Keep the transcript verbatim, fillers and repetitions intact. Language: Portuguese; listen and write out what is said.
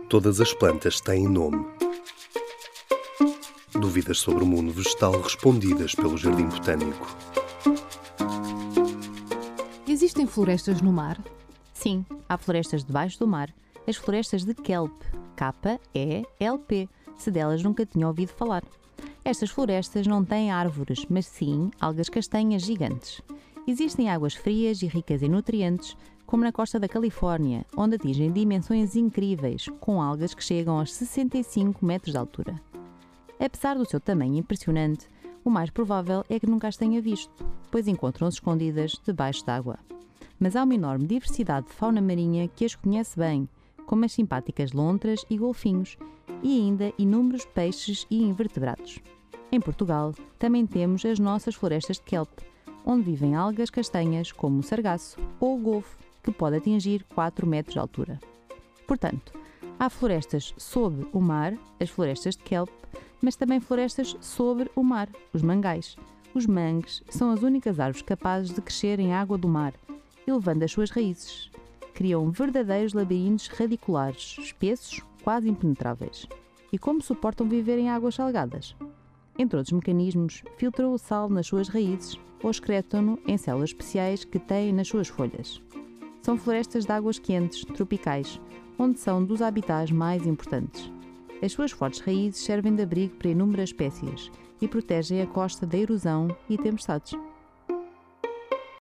Todas as plantas têm nome. Dúvidas sobre o mundo vegetal respondidas pelo Jardim Botânico. Existem florestas no mar? Sim, há florestas debaixo do mar, as florestas de kelp, K E L P, se delas nunca tinha ouvido falar. Estas florestas não têm árvores, mas sim algas castanhas gigantes. Existem águas frias e ricas em nutrientes, como na costa da Califórnia, onde atingem dimensões incríveis, com algas que chegam aos sessenta e cinco metros de altura. Apesar do seu tamanho impressionante, o mais provável é que nunca as tenha visto, pois encontram-se escondidas debaixo d'água. Mas há uma enorme diversidade de fauna marinha que as conhece bem, como as simpáticas lontras e golfinhos, e ainda inúmeros peixes e invertebrados. Em Portugal, também temos as nossas florestas de kelp, onde vivem algas castanhas como o sargaço ou o golfo, que pode atingir quatro metros de altura. Portanto, há florestas sob o mar, as florestas de kelp, mas também florestas sobre o mar, os mangais. Os mangues são as únicas árvores capazes de crescer em água do mar, elevando as suas raízes. Criam verdadeiros labirintos radiculares, espessos, quase impenetráveis. E como suportam viver em águas salgadas? Entre outros mecanismos, filtram o sal nas suas raízes ou excretam-no em células especiais que têm nas suas folhas. São florestas de águas quentes, tropicais, onde são dos habitats mais importantes. As suas fortes raízes servem de abrigo para inúmeras espécies e protegem a costa da erosão e tempestades.